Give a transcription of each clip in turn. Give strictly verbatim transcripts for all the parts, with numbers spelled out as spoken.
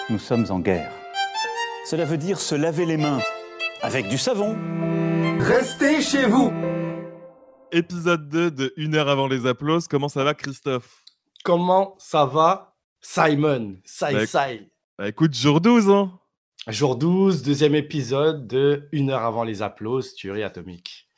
nous sommes en guerre. Cela veut dire se laver les mains avec du savon. Restez chez vous. Épisode deux de Une heure avant les applauses. Comment ça va, Christophe? Comment ça va, Simon? Sai, Bah, sai. Bah écoute, jour douze, hein. Jour douze, deuxième épisode de Une heure avant les applauses, tuerie atomique.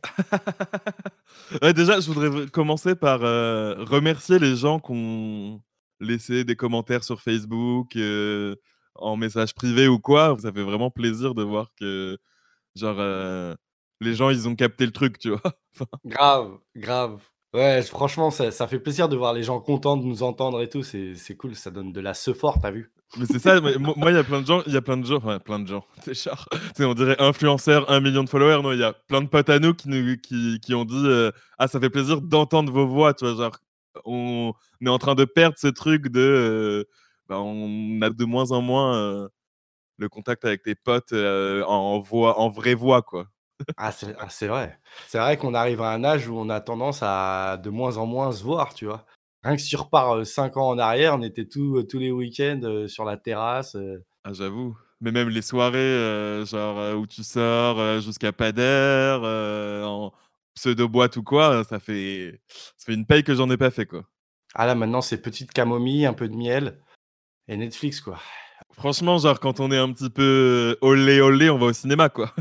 Ouais, déjà, je voudrais commencer par euh, remercier les gens qui ont laissé des commentaires sur Facebook, euh, en message privé ou quoi. Ça fait vraiment plaisir de voir que, genre, euh, les gens, ils ont capté le truc, tu vois. Enfin, Grave, grave. Ouais, franchement, ça, ça fait plaisir de voir les gens contents de nous entendre et tout. C'est, c'est cool, ça donne de la sephore, t'as vu? mais c'est ça, mais mo- moi, il y a plein de gens, il y a plein de gens, enfin, plein de gens, c'est char. Tu sais, on dirait influenceur, un million de followers. Non, il y a plein de potes à nous qui, nous, qui, qui ont dit euh, ah, ça fait plaisir d'entendre vos voix, tu vois. Genre, on, on est en train de perdre ce truc de. euh, bah, on a de moins en moins euh, le contact avec tes potes euh, en, voix, en vraie voix, quoi. Ah, c'est, ah, c'est vrai. C'est vrai qu'on arrive à un âge où on a tendance à de moins en moins se voir, tu vois. Rien que si tu repars cinq ans en arrière, on était tous, euh, tous les week-ends euh, sur la terrasse. euh. Ah, j'avoue. Mais même les soirées, euh, genre, euh, où tu sors euh, jusqu'à pas d'heure, euh, en pseudo-boîte ou quoi, ça fait... ça fait une paye que j'en ai pas fait, quoi. Ah là, maintenant, c'est petite camomille, un peu de miel et Netflix, quoi. Franchement, genre, quand on est un petit peu euh, olé olé, on va au cinéma, quoi.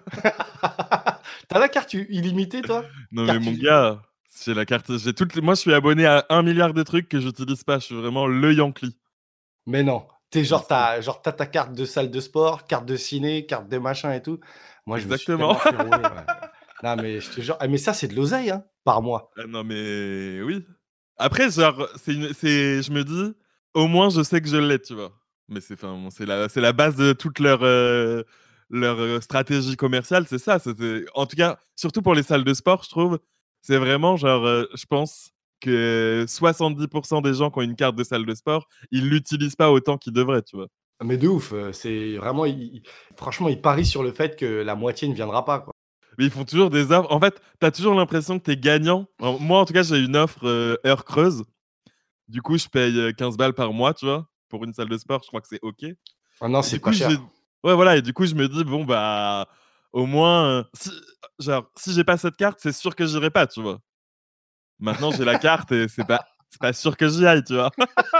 T'as la carte u- illimitée, toi? Non, mais Carte mon illimitée. gars, j'ai la carte... J'ai toutes les... Moi, je suis abonné à un milliard de trucs que j'utilise pas. Je suis vraiment le Yankee. Mais non. T'es Mais genre, si. t'as, genre, t'as ta carte de salle de sport, carte de ciné, carte de machin et tout. Moi, je me suis Exactement. tellement fait rouler. Ouais. Non, mais je te jure. Ah, mais ça, c'est de l'oseille, hein, par mois. Ah, non, mais oui. Après, genre, c'est une... c'est... je me dis, au moins, je sais que je l'ai, tu vois. Mais c'est, enfin, bon, c'est la... c'est la base de toute leur, euh, leur euh, stratégie commerciale, c'est ça. C'était... En tout cas, surtout pour les salles de sport, je trouve, c'est vraiment, genre, euh, je pense que soixante-dix pour cent des gens qui ont une carte de salle de sport, ils l'utilisent pas autant qu'ils devraient, tu vois. Mais de ouf. euh, C'est vraiment. il- il- Franchement, ils parient sur le fait que la moitié ne viendra pas, quoi. Mais ils font toujours des offres. En fait, t'as toujours l'impression que t'es gagnant. Alors, moi, en tout cas, j'ai une offre euh, heure creuse. Du coup, je paye euh, quinze balles par mois, tu vois, pour une salle de sport. Je crois que c'est OK. Et Ah non, c'est du pas coup, j'ai... cher. Ouais, voilà. Et du coup, je me dis, bon, bah, au moins, euh, si... genre, si j'ai pas cette carte, c'est sûr que j'irai pas, tu vois. Maintenant, j'ai la carte et c'est pas, c'est pas sûr que j'y aille, tu vois.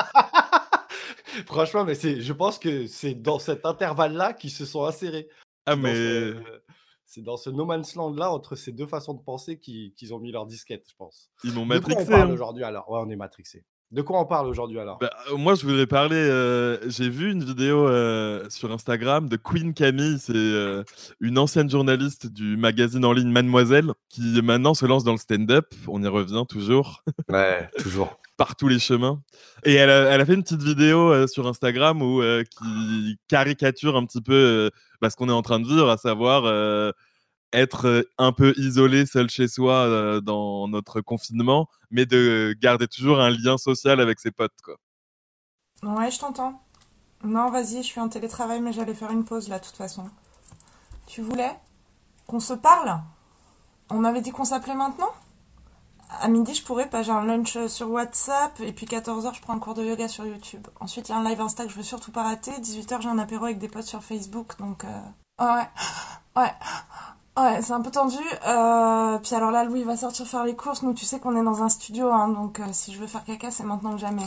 Franchement, mais c'est, je pense que c'est dans cet intervalle-là qu'ils se sont insérés. Ah, C'est dans mais ce, c'est dans ce no man's land-là, entre ces deux façons de penser, qu'ils qu'ils ont mis leur disquette, je pense. ils m'ont De quoi on matrixé, parle hein. aujourd'hui alors? Ouais, on est matrixé. De quoi on parle aujourd'hui alors? Bah, euh, moi, je voudrais parler. euh, j'ai vu une vidéo euh, sur Instagram de Queen Camille. C'est euh, une ancienne journaliste du magazine en ligne Mademoiselle qui maintenant se lance dans le stand-up. On y revient toujours Ouais, toujours. par tous les chemins. Et elle a, elle a fait une petite vidéo euh, sur Instagram où euh, qui caricature un petit peu euh, bah, ce qu'on est en train de vivre, à savoir euh, être euh, un peu isolé, seul chez soi euh, dans notre confinement, mais de garder toujours un lien social avec ses potes, quoi. Ouais, je t'entends. Non, vas-y, je suis en télétravail, mais j'allais faire une pause là, de toute façon. Tu voulais qu'on se parle? On avait dit qu'on s'appelait maintenant? À midi, je pourrais, pas j'ai un lunch euh, sur WhatsApp, et puis quatorze heures, je prends un cours de yoga sur YouTube. Ensuite, il y a un live Insta que je veux surtout pas rater. dix-huit heures, j'ai un apéro avec des potes sur Facebook, donc... Euh... Ouais, ouais, ouais, c'est un peu tendu. Euh... Puis alors là, Louis va sortir faire les courses. Nous, tu sais qu'on est dans un studio, hein, donc euh, si je veux faire caca, c'est maintenant que jamais.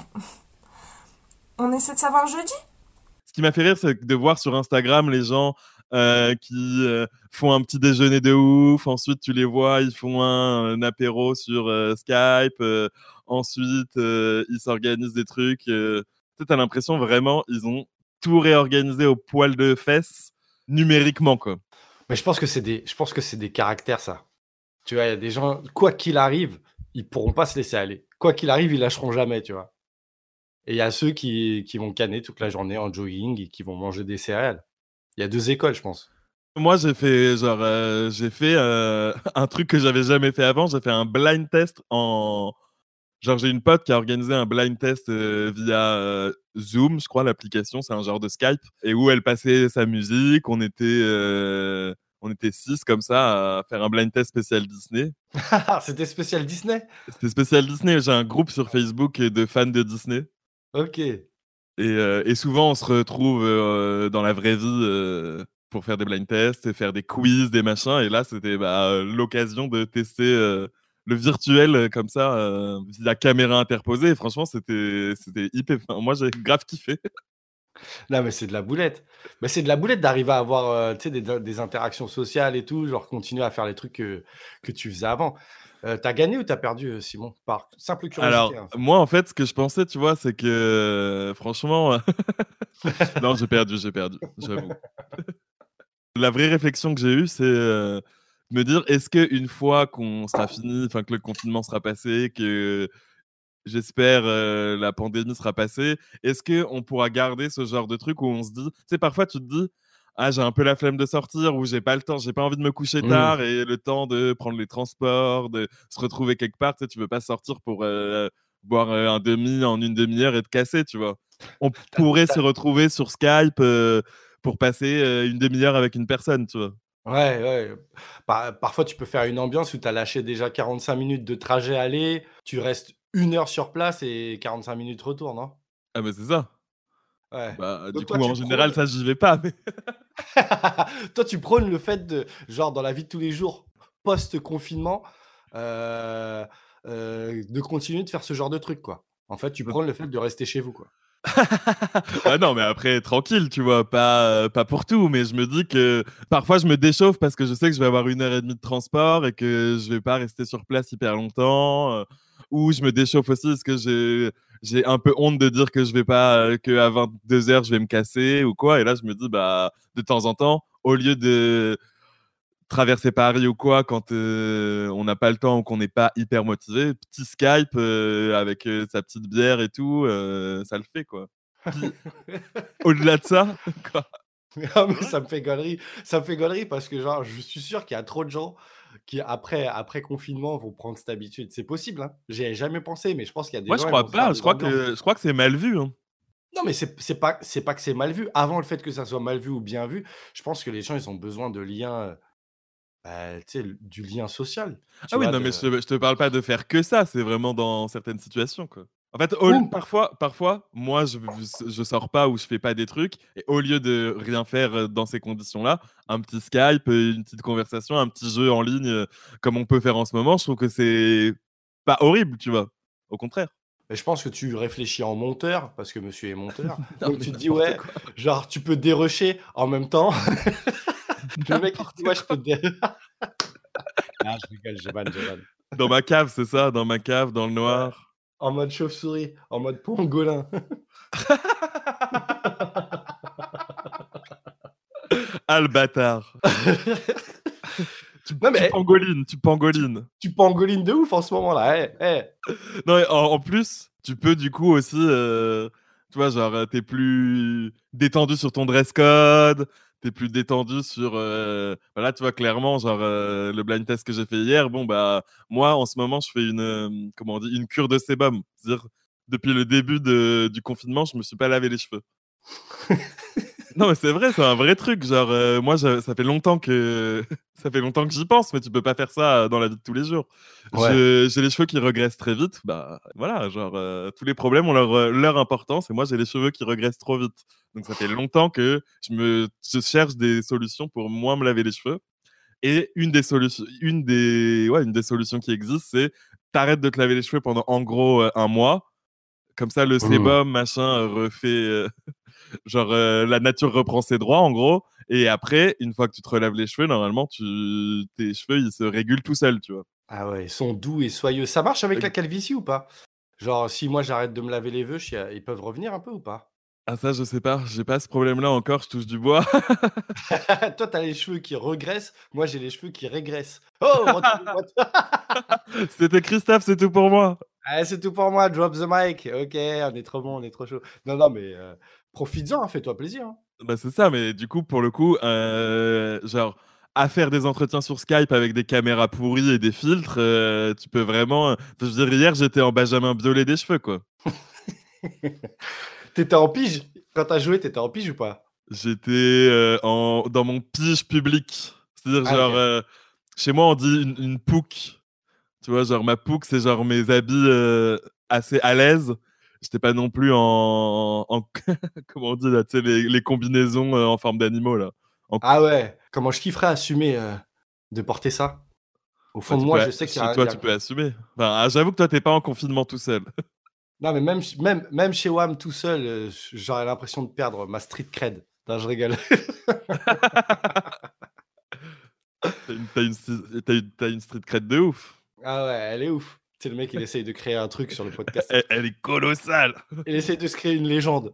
On essaie de savoir jeudi? Ce qui m'a fait rire, c'est de voir sur Instagram les gens euh, qui euh, font un petit déjeuner de ouf. Ensuite, tu les vois, ils font un, un apéro sur euh, Skype. Euh, ensuite, euh, ils s'organisent des trucs. Euh, tu sais, t'as l'impression vraiment, ils ont tout réorganisé au poil de fesses numériquement, quoi. Mais je pense que c'est des, je pense que c'est des caractères, ça. Tu vois, il y a des gens, quoi qu'il arrive, ils pourront pas se laisser aller. Quoi qu'il arrive, ils lâcheront jamais, tu vois. Et il y a ceux qui, qui vont canner toute la journée en jogging et qui vont manger des céréales. Il y a deux écoles, je pense. Moi, j'ai fait genre, euh, j'ai fait euh, un truc que j'avais jamais fait avant. J'ai fait un blind test en, genre, j'ai une pote qui a organisé un blind test euh, via euh, Zoom, je crois, l'application, c'est un genre de Skype, et où elle passait sa musique. On était, euh, on était six comme ça à faire un blind test spécial Disney. C'était spécial Disney? C'était spécial Disney. J'ai un groupe sur Facebook de fans de Disney. Ok. Et, euh, et souvent, on se retrouve euh, dans la vraie vie euh, pour faire des blind tests, et faire des quiz, des machins. Et là, c'était bah, l'occasion de tester euh, le virtuel euh, comme ça, euh, via caméra interposée. Et franchement, c'était c'était hyper. Enfin, moi, j'ai grave kiffé. Non, mais c'est de la boulette. Mais c'est de la boulette d'arriver à avoir, euh, tu sais, des, des interactions sociales et tout, genre continuer à faire les trucs que, que tu faisais avant. Euh, t'as gagné ou t'as perdu, euh, Simon? Par simple curiosité, Alors, hein. moi, en fait, ce que je pensais, tu vois, c'est que euh, franchement, non, j'ai perdu, j'ai perdu, j'avoue. La vraie réflexion que j'ai eue, c'est euh, me dire, est-ce qu'une fois qu'on sera fini, enfin que le confinement sera passé, que j'espère euh, la pandémie sera passée, est-ce qu'on pourra garder ce genre de truc où on se dit, tu sais, parfois tu te dis, ah, j'ai un peu la flemme de sortir, ou j'ai pas le temps, j'ai pas envie de me coucher Mm. tard, et le temps de prendre les transports, de se retrouver quelque part, tu sais, tu veux pas sortir pour euh, boire euh, un demi en une demi-heure et te casser, tu vois. On T'as- pourrait se t'as- retrouver sur Skype euh, pour passer euh, une demi-heure avec une personne, tu vois. Ouais, ouais. Par- parfois, tu peux faire une ambiance où tu as lâché déjà quarante-cinq minutes de trajet aller, tu restes une heure sur place et quarante-cinq minutes retour, non? Ah, mais c'est ça. Ouais. Bah, du Donc toi, coup, en tu général, prônes, ça, j'y vais pas. Mais... toi, tu prônes le fait de, genre, dans la vie de tous les jours, post-confinement, euh, euh, de continuer de faire ce genre de truc, quoi. En fait, tu prônes le fait de rester chez vous, quoi. Ouais, non, mais après, tranquille, tu vois, pas, euh, pas pour tout, mais je me dis que parfois je me déchauffe parce que je sais que je vais avoir une heure et demie de transport et que je vais pas rester sur place hyper longtemps. euh, ou je me déchauffe aussi parce que j'ai, j'ai un peu honte de dire que je vais pas, euh, que à vingt-deux heures je vais me casser ou quoi. Et là, je me dis, bah, de temps en temps, au lieu de traverser Paris ou quoi, quand euh, on n'a pas le temps ou qu'on n'est pas hyper motivé, petit Skype euh, avec euh, sa petite bière et tout, euh, ça le fait, quoi. Puis, au-delà de ça, quoi. Ah, mais ça me fait gaulerie. Ça me fait gaulerie parce que, genre, je suis sûr qu'il y a trop de gens qui, après, après confinement, vont prendre cette habitude. C'est possible, hein. J'y ai jamais pensé, mais je pense qu'il y a des Moi, je gens, ils vont crois se faire pas. Je des crois ambiances. que, je crois que c'est mal vu, hein. Non, mais c'est c'est pas, c'est pas que c'est mal vu. Avant le fait que ça soit mal vu ou bien vu, je pense que les gens, ils ont besoin de liens, euh, bah, tu sais, l- du lien social, Ah tu oui, vois, non, mais de... je te, je te parle pas de faire que ça. C'est vraiment dans certaines situations, quoi. En fait, au- Ou parfois, parfois, moi, je, je sors pas ou je fais pas des trucs. Et au lieu de rien faire euh, dans ces conditions-là, un petit Skype, euh, une petite conversation, un petit jeu en ligne, euh, comme on peut faire en ce moment, je trouve que c'est pas horrible, tu vois. Au contraire. mais je pense que tu réfléchis en monteur, parce que monsieur est monteur. Non, Donc mais tu te dis, n'importe ouais, quoi. genre, tu peux dérusher en même temps. Le mec, il se dit, N'importe ouais, je quoi. peux dé... Ah, je rigole, je vanne, je vanne. Dans ma cave, c'est ça, dans ma cave, dans le Ouais. noir. En mode chauve-souris, en mode pangolin. Ah, le bâtard. Tu, Non, mais tu eh, pangolines, tu tu, pangolines. tu pangolines de ouf en ce moment-là. Eh, eh. Non, et en, en plus, tu peux du coup aussi, euh, tu vois, genre, euh, t'es plus détendu sur ton dress code, t'es plus détendu sur. Euh, voilà, tu vois, clairement, genre, euh, le blind test que j'ai fait hier, bon, bah, moi, en ce moment, je fais une, euh, comment on dit, une cure de sébum. C'est-à-dire, depuis le début de- du confinement, je me suis pas lavé les cheveux. Non, mais c'est vrai, c'est un vrai truc. Genre, euh, moi, je- ça fait longtemps que ça fait longtemps que j'y pense, mais tu peux pas faire ça euh, dans la vie de tous les jours. Ouais. Je- J'ai les cheveux qui regressent très vite. Bah, voilà, genre, euh, tous les problèmes ont leur, euh, leur importance, et moi, j'ai les cheveux qui regressent trop vite. Donc, ça fait longtemps que je me, je cherche des solutions pour moins me laver les cheveux. Et une des solutions, une des, ouais, une des solutions qui existent, c'est t'arrêtes de te laver les cheveux pendant en gros euh, un mois. Comme ça, le Hmm. sébum, machin, euh, refait. euh, Genre, euh, la nature reprend ses droits, en gros. Et après, une fois que tu te relèves les cheveux, normalement, tu... tes cheveux, ils se régulent tout seuls, tu vois. Ah ouais, ils sont doux et soyeux. Ça marche avec la Ex- calvitie ou pas? Genre, si moi j'arrête de me laver les veux, je suis- ils peuvent revenir un peu ou pas? Ah, ça, je sais pas. J'ai pas ce problème-là encore. Je touche du bois. Toi, t'as les cheveux qui regressent, moi j'ai les cheveux qui régressent. Oh, retrouvez-moi. C'était Christophe, c'est tout pour moi. Ah, c'est tout pour moi, drop the mic. Ok, on est trop bon, on est trop chaud. Non, non, mais euh, profites-en, hein, fais-toi plaisir, hein. Bah, c'est ça, mais du coup, pour le coup, euh, genre, à faire des entretiens sur Skype avec des caméras pourries et des filtres, euh, tu peux vraiment. euh, Je veux dire, hier, j'étais en Benjamin Biolay des cheveux, quoi. T'étais en pige? Quand t'as joué, t'étais en pige ou pas? J'étais euh, en... dans mon pige public. C'est-à-dire, Ah, genre, ok. euh, chez moi, on dit une, une pouque. Tu vois, genre, ma pouque, c'est genre mes habits euh, assez à l'aise. j'étais pas non plus en, en comment on dit là, tu sais, les, les combinaisons euh, en forme d'animaux là. En- Ah ouais, comment je kifferais assumer euh, de porter ça. Au fond Bah, de tu moi, peux, je a- sais qu'il y chez a, il toi, y a- tu peux assumer. Enfin, ah, j'avoue que toi, t'es pas en confinement tout seul. Non, mais même, même, même chez W A M tout seul, euh, j'aurais l'impression de perdre ma street cred. Non, je rigole. T'as une, t'as une, si- t'as une- t'as une street cred de ouf. Ah ouais, elle est ouf. C'est le mec, il essaye de créer un truc sur le podcast. Elle, elle est colossale. Il essaye de se créer une légende.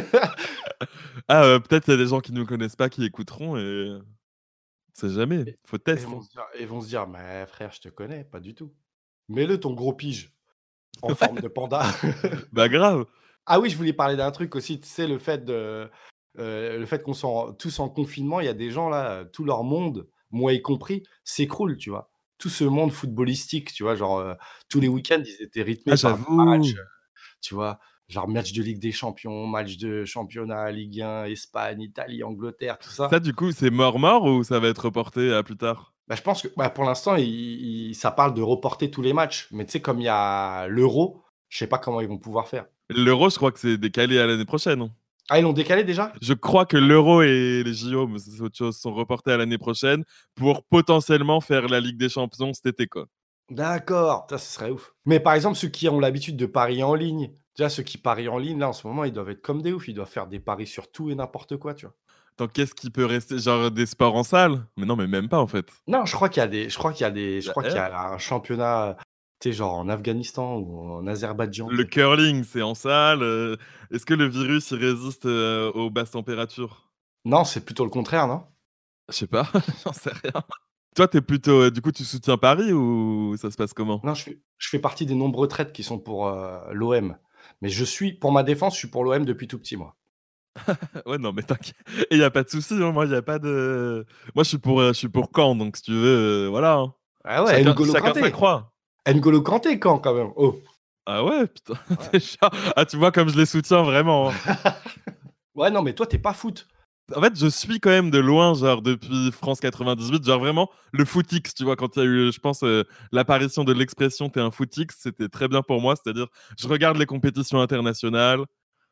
Ah, euh, peut-être il y a des gens qui ne nous connaissent pas qui écouteront et c'est jamais. Et Faut et ils tester. vont se dire, ils vont se dire, mais frère, je te connais, pas du tout. Mets-le ton gros pige en Ouais, forme de panda. bah grave. Ah oui, je voulais parler d'un truc aussi, tu sais, le fait de, euh, le fait qu'on soit en- tous en confinement, il y a des gens là, euh, tout leur monde, moi y compris, s'écroule, tu vois. Tout ce monde footballistique, tu vois, genre euh, tous les week-ends, ils étaient Ah, rythmés par des matchs, j'avoue. euh, tu vois, genre match de Ligue des Champions, match de championnat, Ligue un, Espagne, Italie, Angleterre, tout ça. Ça, du coup, c'est mort-mort ou ça va être reporté à plus tard? Bah, je pense que bah, pour l'instant, il- il- ça parle de reporter tous les matchs, mais tu sais, comme il y a l'Euro, je sais pas comment ils vont pouvoir faire. L'Euro, je crois que c'est décalé à l'année prochaine, hein. Ah, ils l'ont décalé déjà? Je crois que l'Euro et les J O, mais c'est autre chose, sont reportés à l'année prochaine pour potentiellement faire la Ligue des Champions cet été, quoi. D'accord, ça, ce serait ouf. Mais par exemple, ceux qui ont l'habitude de parier en ligne, déjà ceux qui parient en ligne, là, en ce moment, ils doivent être comme des oufs. Ils doivent faire des paris sur tout et n'importe quoi, tu vois. Tant qu'est-ce qui peut rester? Genre des sports en salle? Mais non, mais même pas en fait. Non, je crois qu'il y a des, je crois qu'il y a des, je La crois qu'il y R. a un championnat, tu sais, genre en Afghanistan ou en Azerbaïdjan, tu Le sais. curling, c'est en salle. euh, Est-ce que le virus, il résiste euh, aux basses températures? Non, c'est plutôt le contraire, non? Je sais pas, j'en sais rien. Toi, t'es plutôt. euh, du coup, tu soutiens Paris ou ça se passe comment? Non, je fais, je fais partie des nombreux traites qui sont pour l'O M. Mais je suis, pour ma défense, je suis pour l'O M depuis tout petit, moi. Ouais, non, mais t'inquiète. Et y a pas de souci, hein, moi, y a pas de. Moi, je suis pour, euh, je suis pour Caen, donc si tu veux, euh, voilà, hein. Ah ouais, Chacun, N'Golo chacun sa Kanté. croix. N'Golo Kanté, quand, quand même. Oh. Ah ouais, putain. Ouais. Déjà. Ah, tu vois comme je les soutiens vraiment, hein. Ouais, non, mais toi, t'es pas foot. En fait, je suis quand même de loin, genre depuis France quatre-vingt-dix-huit, genre vraiment le footix, tu vois, quand il y a eu, je pense, euh, l'apparition de l'expression t'es un footix, c'était très bien pour moi, c'est-à-dire je regarde les compétitions internationales,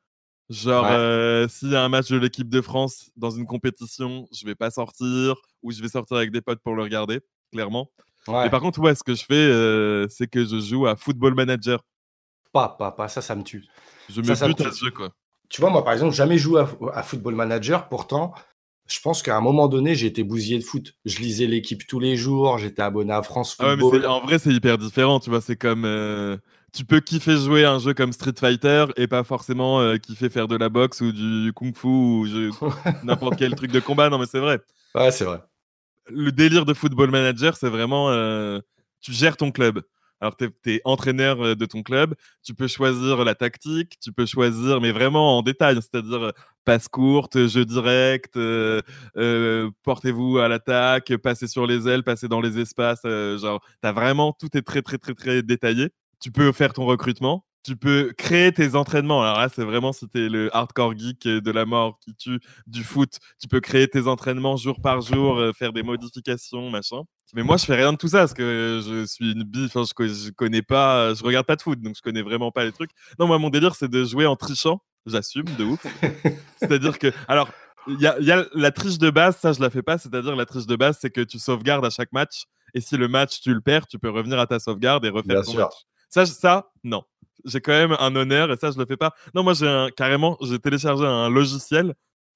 genre Ouais. euh, s'il y a un match de l'équipe de France dans une compétition, je vais pas sortir, ou je vais sortir avec des potes pour le regarder, clairement. Mais Ouais. par contre, ouais, ce que je fais, euh, c'est que je joue à Football Manager. Pas, pas, pas, ça, ça me tue. Je Ça, me ça me bute à tue. ce jeu, quoi. Tu vois, moi, par exemple, jamais joué à, à Football Manager. Pourtant, je pense qu'à un moment donné, j'ai été bousillé de foot. Je lisais l'équipe tous les jours. J'étais abonné à France Ah ouais, mais c'est, Football. en vrai, c'est hyper différent, tu vois. C'est comme. euh, tu peux kiffer jouer à un jeu comme Street Fighter et pas forcément euh, kiffer faire de la boxe ou du kung-fu ou je- n'importe quel truc de combat. Non, mais c'est vrai. Ouais, c'est vrai. Le délire de Football Manager, c'est vraiment. euh, tu gères ton club. Alors, tu es entraîneur euh, de ton club, tu peux choisir la tactique, tu peux choisir, mais vraiment en détail, c'est-à-dire euh, passe courte, jeu direct, euh, euh, portez-vous à l'attaque, passez sur les ailes, passez dans les espaces. euh, genre, t'as vraiment, tout est très, très, très, très détaillé. Tu peux faire ton recrutement. Tu peux créer tes entraînements. Alors là, c'est vraiment si t'es le hardcore geek de la mort qui tue du foot. Tu peux créer tes entraînements jour par jour, euh, faire des modifications, machin. Mais moi, je fais rien de tout ça parce que je suis une bille. Enfin, je, co- je connais pas, je regarde pas de foot, donc je connais vraiment pas les trucs. Non, moi, mon délire, c'est de jouer en trichant. J'assume de ouf. C'est-à-dire que, alors, il y a, il y a la triche de base, ça, je la fais pas. C'est-à-dire la triche de base, c'est que tu sauvegardes à chaque match. Et si le match, tu le perds, tu peux revenir à ta sauvegarde et refaire Bien ton sûr. match. Ça, je- ça, non. J'ai quand même un honneur et ça, je le fais pas. Non, moi, j'ai un- carrément, j'ai téléchargé un logiciel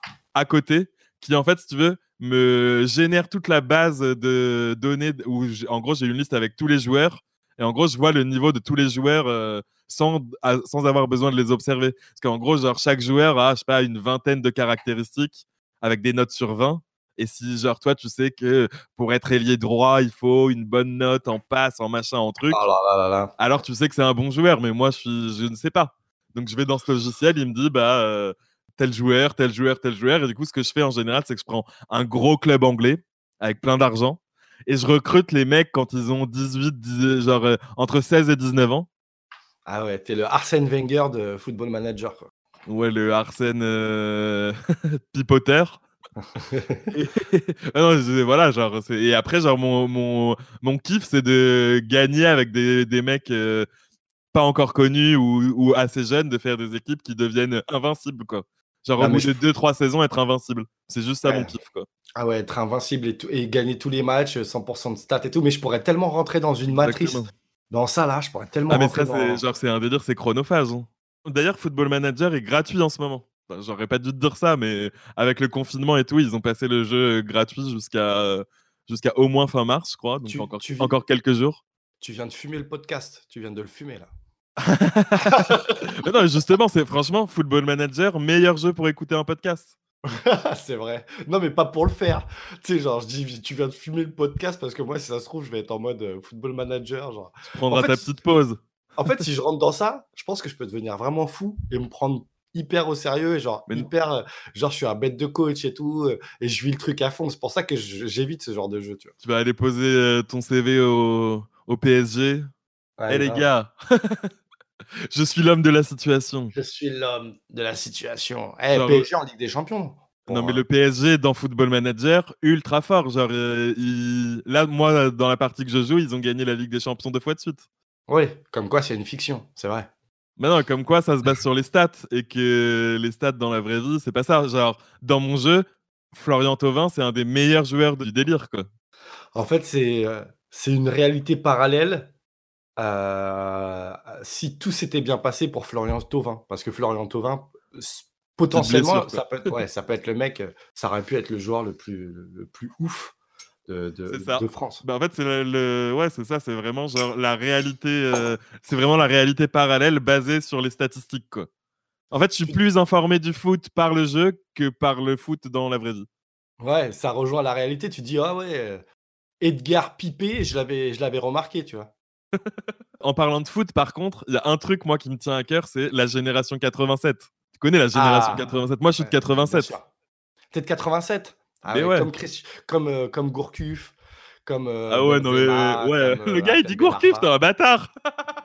à côté qui, en fait, si tu veux, me génère toute la base de données où, j'ai- en gros, j'ai une liste avec tous les joueurs et en gros, je vois le niveau de tous les joueurs euh, sans, à- sans avoir besoin de les observer. Parce qu'en gros, genre, chaque joueur a, je sais pas, une vingtaine de caractéristiques avec des notes sur vingt. Et si, genre, toi, tu sais que pour être ailier droit, il faut une bonne note en passe, en machin, en truc, Oh là là là là. alors tu sais que c'est un bon joueur, mais moi, je, suis, je ne sais pas. Donc, je vais dans ce logiciel, il me dit, bah, euh, tel joueur, tel joueur, tel joueur. Et du coup, ce que je fais en général, c'est que je prends un gros club anglais avec plein d'argent et je recrute les mecs quand ils ont dix-huit, dix, genre euh, entre seize et dix-neuf ans. Ah ouais, t'es le Arsène Wenger de Football Manager, quoi. Ouais, le Arsène euh, pipoteur. Et, ah non, je- voilà, genre, c'est- et après, genre, mon, mon, mon kiff, c'est de gagner avec des, des mecs. euh, pas encore connus ou, ou assez jeunes de faire des équipes qui deviennent invincibles, quoi. Genre Non, au mais bout je- de deux trois saisons, être invincible. C'est juste ça Ouais. mon kiff, quoi. Ah ouais, être invincible et, tout, et gagner tous les matchs, cent pour cent de stats et tout. Mais je pourrais tellement rentrer dans une matrice. Exactement. Dans ça, là, je pourrais tellement Ah mais rentrer ça, c'est dans... genre c'est un délire, c'est chronophage, hein. D'ailleurs, Football Manager est gratuit en ce moment. Enfin, j'aurais pas dû te dire ça, mais avec le confinement et tout, ils ont passé le jeu gratuit jusqu'à euh, jusqu'à au moins fin mars, je crois, donc Tu, encore, tu, vi- encore quelques jours. tu viens de fumer le podcast. Tu viens de le fumer, là. Mais non, justement, c'est franchement Football Manager, meilleur jeu pour écouter un podcast. C'est vrai. Non, mais pas pour le faire. Tu sais, genre, je dis, tu viens de fumer le podcast parce que moi, si ça se trouve, je vais être en mode euh, football manager. Genre. Tu prendras En fait, ta si- petite pause. En fait, si je rentre dans ça, je pense que je peux devenir vraiment fou et me prendre hyper au sérieux et genre Mais- hyper, euh, genre je suis un bête de coach et tout euh, et je vis le truc à fond. C'est pour ça que je- j'évite ce genre de jeu, tu Tu vas aller poser euh, ton C V au, au P S G. vois. Eh Ouais, les grave. gars, je suis l'homme de la situation. Je suis l'homme de la situation. Eh, Genre, P S G en Ligue des Champions. Pour, Non mais euh, le P S G dans Football Manager, ultra fort. Genre, euh, il- là, moi, dans la partie que je joue, ils ont gagné la Ligue des Champions deux fois de suite. Oui, comme quoi c'est une fiction, c'est vrai. Mais non, comme quoi ça se base sur les stats et que les stats dans la vraie vie, c'est pas ça. Genre, dans mon jeu, Florian Thauvin, c'est un des meilleurs joueurs du délire, quoi. En fait, c'est euh, c'est une réalité parallèle. euh, si tout s'était bien passé pour Florian Thauvin, parce que Florian Thauvin, s- potentiellement, blessure, quoi. ça peut être, ouais, ça peut être le mec, euh, ça aurait pu être le joueur le plus, le plus ouf de, de, C'est ça. de France. Bah, en fait, c'est le, le- ouais, c'est ça. C'est vraiment genre la réalité. euh, C'est vraiment la réalité parallèle basée sur les statistiques, quoi. En fait, je suis Tu- plus informé du foot par le jeu que par le foot dans la vraie vie. Ouais, ça rejoint la réalité. Tu dis, ah ouais, euh, Edgar Pipé, je l'avais, je l'avais remarqué, tu vois. En parlant de foot, par contre, il y a un truc, moi, qui me tient à cœur, c'est la génération quatre-vingt-sept. Tu connais la génération Ah, quatre-vingt-sept? Moi, je suis de ouais, bien quatre-vingt-sept. sûr. Peut-être quatre-vingt-sept. Ah Mais ouais, ouais. comme, Chris- comme, euh, comme Gourcuff, comme euh, Ah ouais, non, mais Benzema, ouais. comme Le euh, gars, il dit Gourcuff, Ben t'es un bâtard.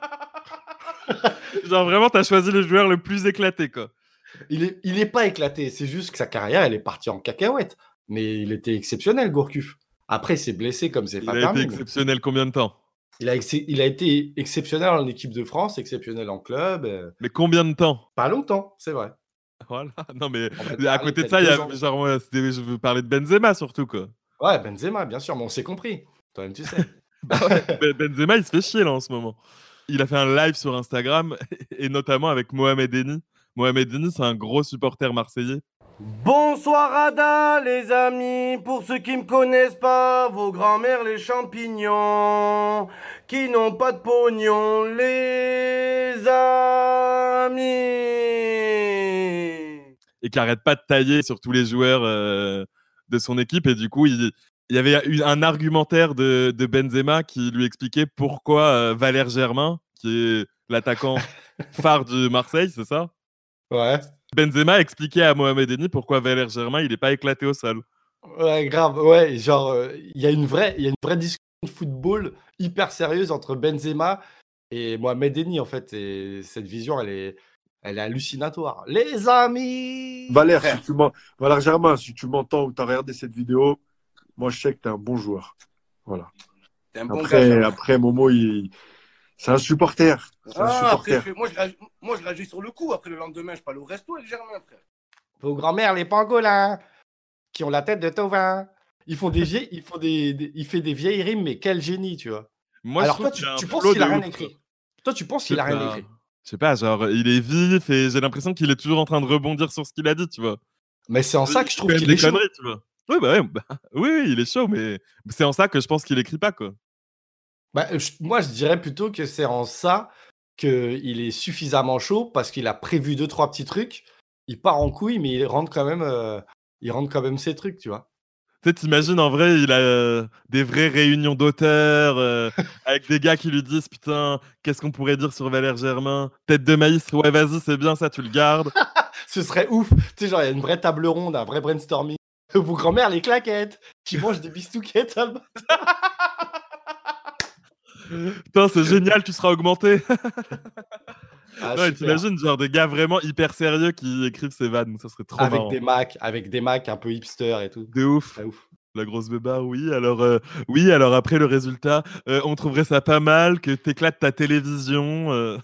Genre, vraiment, t'as choisi le joueur le plus éclaté, quoi. Il est, il est pas éclaté, c'est juste que sa carrière, elle est partie en cacahuète. Mais il était exceptionnel, Gourcuff. Après, il s'est blessé comme c'est Il pas a été permis. mais exceptionnel combien de temps? Il a, ex- il a été exceptionnel en équipe de France, exceptionnel en club. euh, Mais combien de temps? pas longtemps, c'est vrai. Voilà. Non, mais On va à parler côté de peut-être ça, il y deux a ans. genre, moi, c'était- je veux parler de Benzema surtout, quoi. Ouais, Benzema, bien sûr, mais on s'est compris. Toi-même, tu sais. Bah ouais, Ben- Benzema, il se fait chier là en ce moment. Il a fait un live sur Instagram et notamment avec Mohamed Eni. Mohamed Eni, c'est un gros supporter marseillais. Bonsoir Ada les amis, pour ceux qui me connaissent pas, vos grands-mères les champignons, qui n'ont pas de pognon, les amis. Et qui arrête pas de tailler sur tous les joueurs euh, de son équipe. Et du coup, il, il y avait eu un argumentaire de, de Benzema qui lui expliquait pourquoi euh, Valère Germain, qui est l'attaquant phare de Marseille, c'est ça? Ouais. Benzema expliquait à Mohamed Eni pourquoi Valère Germain, il n'est pas éclaté au sol. Ouais, grave. Ouais, genre, euh, il y a une vraie, il y a une vraie discussion de football hyper sérieuse entre Benzema et Mohamed Eni, en fait. Et cette vision, elle est, elle est hallucinatoire. Les amis! Valère, si tu m'en- Valère Germain, si tu m'entends ou tu as regardé cette vidéo, moi je sais que tu es un bon joueur. Voilà. T'es un bon Après, gars, ça. après Momo, il... c'est un supporter. C'est un Ah, après, supporter. je- moi, je réagis, moi je réagis sur le coup, après le lendemain je parle au resto et le Germain, frère. Vos grands-mères, les pangolins, qui ont la tête de Thauvin. Ils font des vieilles, ils font des, des- il fait des vieilles rimes, mais quel génie, tu vois. Moi, Alors je toi, trouve tu, qu'il a un tu penses flow qu'il a de rien ouf, écrit. quoi. Toi, tu penses Je qu'il sais a rien pas. écrit. Je sais pas, genre, il est vif et j'ai l'impression qu'il est toujours en train de rebondir sur ce qu'il a dit, tu vois. Mais c'est en ça que je Il trouve fait qu'il des est chaud. conneries, tu vois. Oui, bah, ouais, bah, oui, oui, il est chaud, mais c'est en ça que je pense qu'il écrit pas, quoi. Bah, je- moi, je dirais plutôt que c'est en ça qu'il est suffisamment chaud parce qu'il a prévu deux, trois petits trucs. Il part en couille, mais il rentre quand même, euh, il rentre quand même ses trucs, tu vois. Tu sais, t'imagines, en vrai, il a euh, des vraies réunions d'auteurs euh, avec des gars qui lui disent putain, qu'est-ce qu'on pourrait dire sur Valère Germain? Tête de maïs, ouais, vas-y, c'est bien ça, tu le gardes. Ce serait ouf. Tu sais, genre, il y a une vraie table ronde, un vrai brainstorming. Vos grand-mères, les claquettes, qui mangent des bistouquettes. Alba. Putain, c'est génial, tu seras augmenté. Ah, Ouais, super. t'imagines, genre des gars vraiment hyper sérieux qui écrivent ces vannes, ça serait trop Avec marrant. des Macs, avec des Macs un peu hipster et tout. De ouf. C'est ouf. La grosse bébarre, oui. Alors, euh, oui, alors après le résultat, euh, on trouverait ça pas mal que t'éclates ta télévision. euh.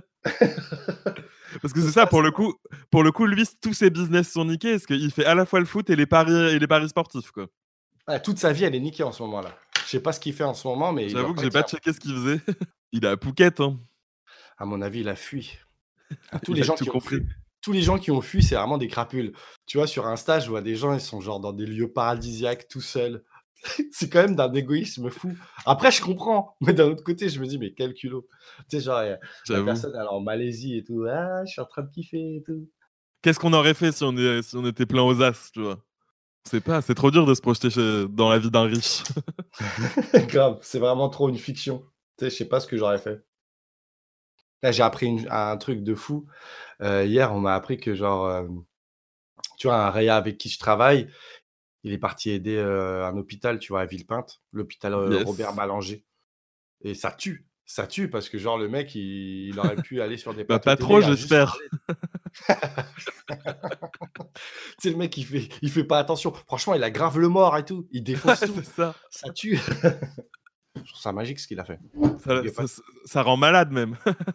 Parce que C'est c'est ça, ça, pour c'est le coup, pour le coup, lui, tous ses business sont niqués, parce qu'il fait à la fois le foot et les paris, et les paris sportifs, quoi. Ah, toute sa vie, elle est niquée en ce moment-là. Je sais pas ce qu'il fait en ce moment, mais il J'avoue doit que pas j'ai être pas fier. checké ce qu'il faisait. Il est à Phuket, hein. À mon avis, il a fui. Ah, tous Il les a gens tout qui ont compris. fui, tous les gens qui ont fui, c'est vraiment des crapules. Tu vois, sur Insta, je vois des gens, ils sont genre dans des lieux paradisiaques, tout seuls. C'est quand même d'un égoïsme fou. Après, je comprends, mais d'un autre côté, je me dis, mais quel culot. Tu sais, genre, euh, la J'avoue. personne, elle est en Malaisie et tout. Ah, je suis en train de kiffer et tout. Qu'est-ce qu'on aurait fait si on, est, si on était plein aux as, tu vois? C'est pas, c'est trop dur de se projeter chez- dans la vie d'un riche. Grave, c'est vraiment trop une fiction. Tu sais, je sais pas ce que j'aurais fait. Là, j'ai appris une- un truc de fou. Euh, hier, on m'a appris que, genre, euh, tu vois, un réa avec qui je travaille, il est parti aider euh, un hôpital, tu vois, à Villepinte, l'hôpital euh, Robert Yes. Ballanger. Et ça tue. Ça tue parce que, genre, le mec, il, il aurait pu aller sur des Bah, plateaux pas télé trop, à juste j'espère. parler. Tu sais, le mec, il fait, il fait pas attention. Franchement, il a grave le mort et tout. Il défonce tout. C'est ça. Ça tue. Je trouve ça magique ce qu'il a fait. Ça, Big up à ça- ça rend malade, même.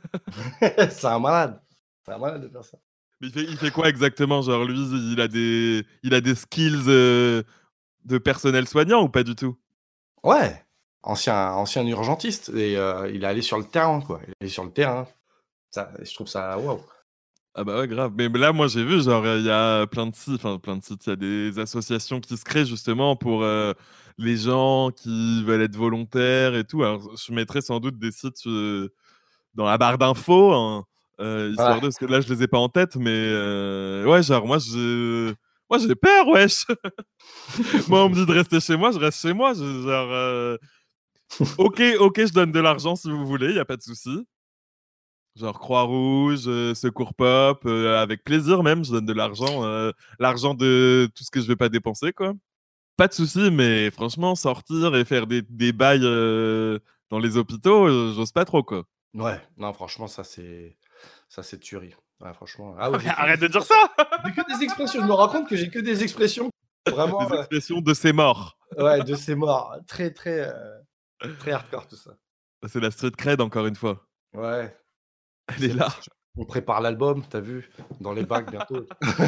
C'est un malade. C'est un malade de faire ça. Mais il fait, il fait quoi exactement? Genre, lui, il a des, il a des skills euh, de personnel soignant ou pas du tout? Ouais, ancien, ancien urgentiste. Et euh, il est allé sur le terrain, quoi. Il est allé sur le terrain. Ça, je trouve ça waouh. Ah bah ouais, grave. Mais là, moi, j'ai vu, genre, il y a plein de sites, enfin, plein de sites, il y a des associations qui se créent justement pour euh, les gens qui veulent être volontaires et tout. Alors, je mettrai sans doute des sites euh, dans la barre d'infos, hein, euh, histoire Ouais. de, parce que là, je les ai pas en tête, mais euh, ouais, genre, moi, je... moi, j'ai peur, wesh. Moi, on me dit de rester chez moi, je reste chez moi. Je- genre, euh, ok, ok, je donne de l'argent si vous voulez, il y a pas de souci. Genre Croix-Rouge, euh, Secours Pop, euh, avec plaisir même, je donne de l'argent, euh, l'argent de tout ce que je vais pas dépenser, quoi. Pas de souci, mais franchement, sortir et faire des, des bails euh, dans les hôpitaux, euh, j'ose pas trop, quoi. Ouais, non, franchement, ça, c'est ça, c'est tuerie. Ouais, franchement. Ah ouais, j'ai que Arrête des de dire expressions. ça. J'ai que des expressions. Je me rends compte que j'ai que des expressions vraiment, Les euh, expressions de ces morts. ouais, de ces morts. Très, très, euh, très hardcore tout ça. C'est la street cred, encore une fois. Ouais. Elle est là. On prépare l'album, t'as vu, dans les bacs bientôt.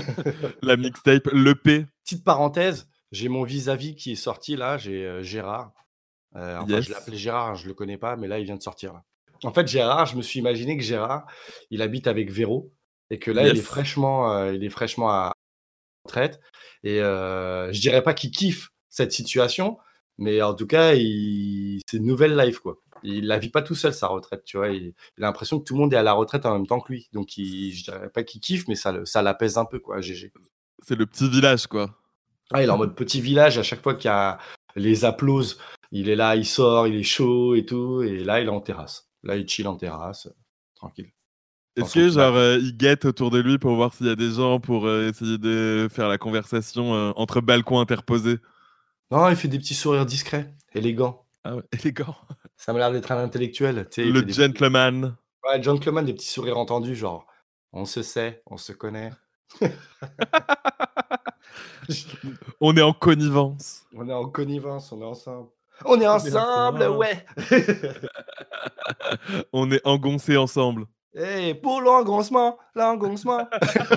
La mixtape, l'E P. Petite parenthèse, j'ai mon vis-à-vis qui est sorti là, j'ai euh, Gérard. Euh, enfin, je Yes. l'appelais Gérard, hein, je le connais pas, mais là, il vient de sortir. Là. En fait, Gérard, je me suis imaginé que Gérard, il habite avec Véro et que là, il est Yes. fraîchement, euh, il est fraîchement à retraite. Et euh, je dirais pas qu'il kiffe cette situation, mais en tout cas, il... c'est une nouvelle life, quoi. Il la vit pas tout seul, sa retraite, tu vois. Il, il a l'impression que tout le monde est à la retraite en même temps que lui. Donc, il... je dirais pas qu'il kiffe, mais ça, le- ça l'apaise un peu, quoi, G G. C'est le petit village, quoi. Ah, il est en mode petit village, à chaque fois qu'il y a les applauses, il est là, il sort, il est chaud et tout. Et là, il est en terrasse. Là, il chill en terrasse, euh, tranquille. Dans Est-ce son que, petit genre, balcon. euh, il guette autour de lui pour voir s'il y a des gens pour euh, essayer de faire la conversation euh, entre balcons interposés? Non, il fait des petits sourires discrets, élégants. Ah ouais, élégant. Ça m'a l'air d'être un intellectuel. Tu sais, il Le fait des petits... gentleman. Ouais, gentleman, des petits sourires entendus, genre, on se sait, on se connaît. On est en connivence. On est en connivence, on est ensemble. On est On est ensemble, ensemble. ouais. On est engoncés ensemble. Hey, pour l'engoncement, l'engoncement.